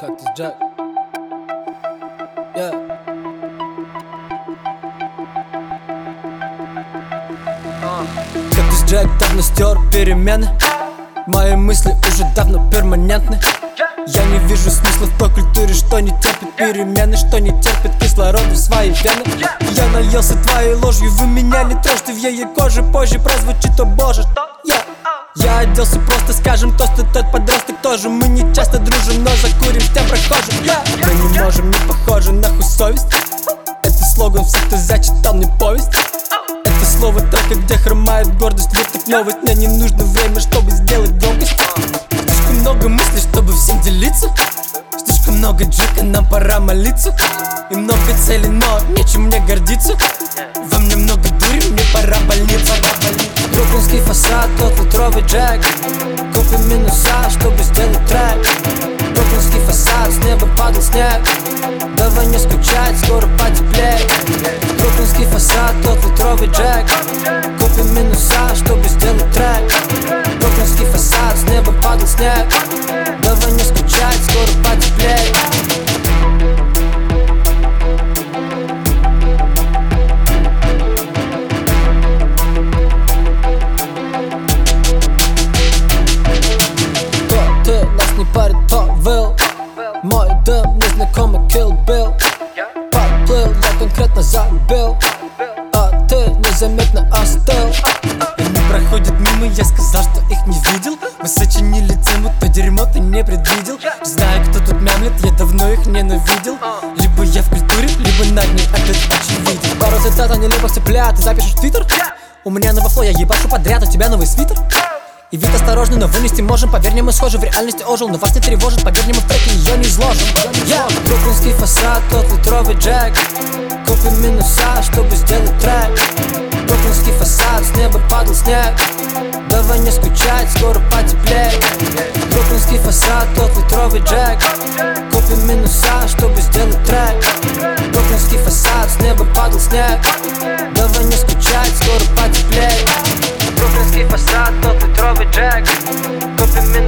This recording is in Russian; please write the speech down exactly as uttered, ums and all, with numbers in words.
Cactus Jack. Yeah. Cactus Jack давно стер перемены. Мои мысли уже давно перманентны. Я не вижу смысла в той культуре, что не терпит перемены, что не терпит кислорода в свои вены. Я наелся твоей ложью, вы меня не трожьте, в ее коже позже прозвучит: о боже, что я? Я оделся просто, скажем тост, и тот подросток тоже. Мы не часто дружим, но закурим с тем прохожим. Мы не можем, не похожи, нахуй совесть. Это слоган всех, кто зачитал мне повесть. Это слово трека, где хромает гордость. Вот так новость, мне не нужно время, чтобы сделать громкость. Слишком много мыслей, чтобы всем делиться. Слишком много джека, нам пора молиться. И много целей, но нечем мне гордиться. Во мне много дури, мне пора больница. Бруклинский фасад, тот литровый джек. Купим минуса, чтобы сделать трек. Бруклинский фасад, с неба падал снег. Давай не скучать, скоро потеплеет. Бруклинский фасад, тот литровый джек. Купим минуса, чтобы сделать трек. Бруклинский фасад, с неба падал снег. Давай не скучать, скоро потеплеет. Парень то выл. Мой дым незнакомый Kill Bill. Подплыл, я конкретно забил, а ты незаметно остыл. Они проходят мимо, я сказал, что их не видел. Мы сочинили тему, то дерьмо ты не предвидел. Знаю, кто тут мямлет, я давно их ненавидел. Либо я в культуре, либо над ней опять очевиден. Пару цитат о нелепых цыплят, ты запишешь в твиттер. У меня новый флоу, я ебашу подряд, у тебя новый свитер. И вид осторожный, но вынести можем. Поверь мне, мы схожи, в реальности ожил. Но вас не тревожит, поверь мне, мы в треке ее не изложим. Я yeah. Бруклинский фасад, тот литровый джек. Купим минуса, чтобы сделать трек. Бруклинский фасад, с неба падал снег. Давай не скучать, скоро потеплеет. Бруклинский фасад, тот литровый джек. Купим минуса, чтобы сделать трек. Бруклинский фасад, с неба падал снег. Давай не скучать, скоро потеплеет. Бруклинский фасад, тот литровый джек. Купим минуса.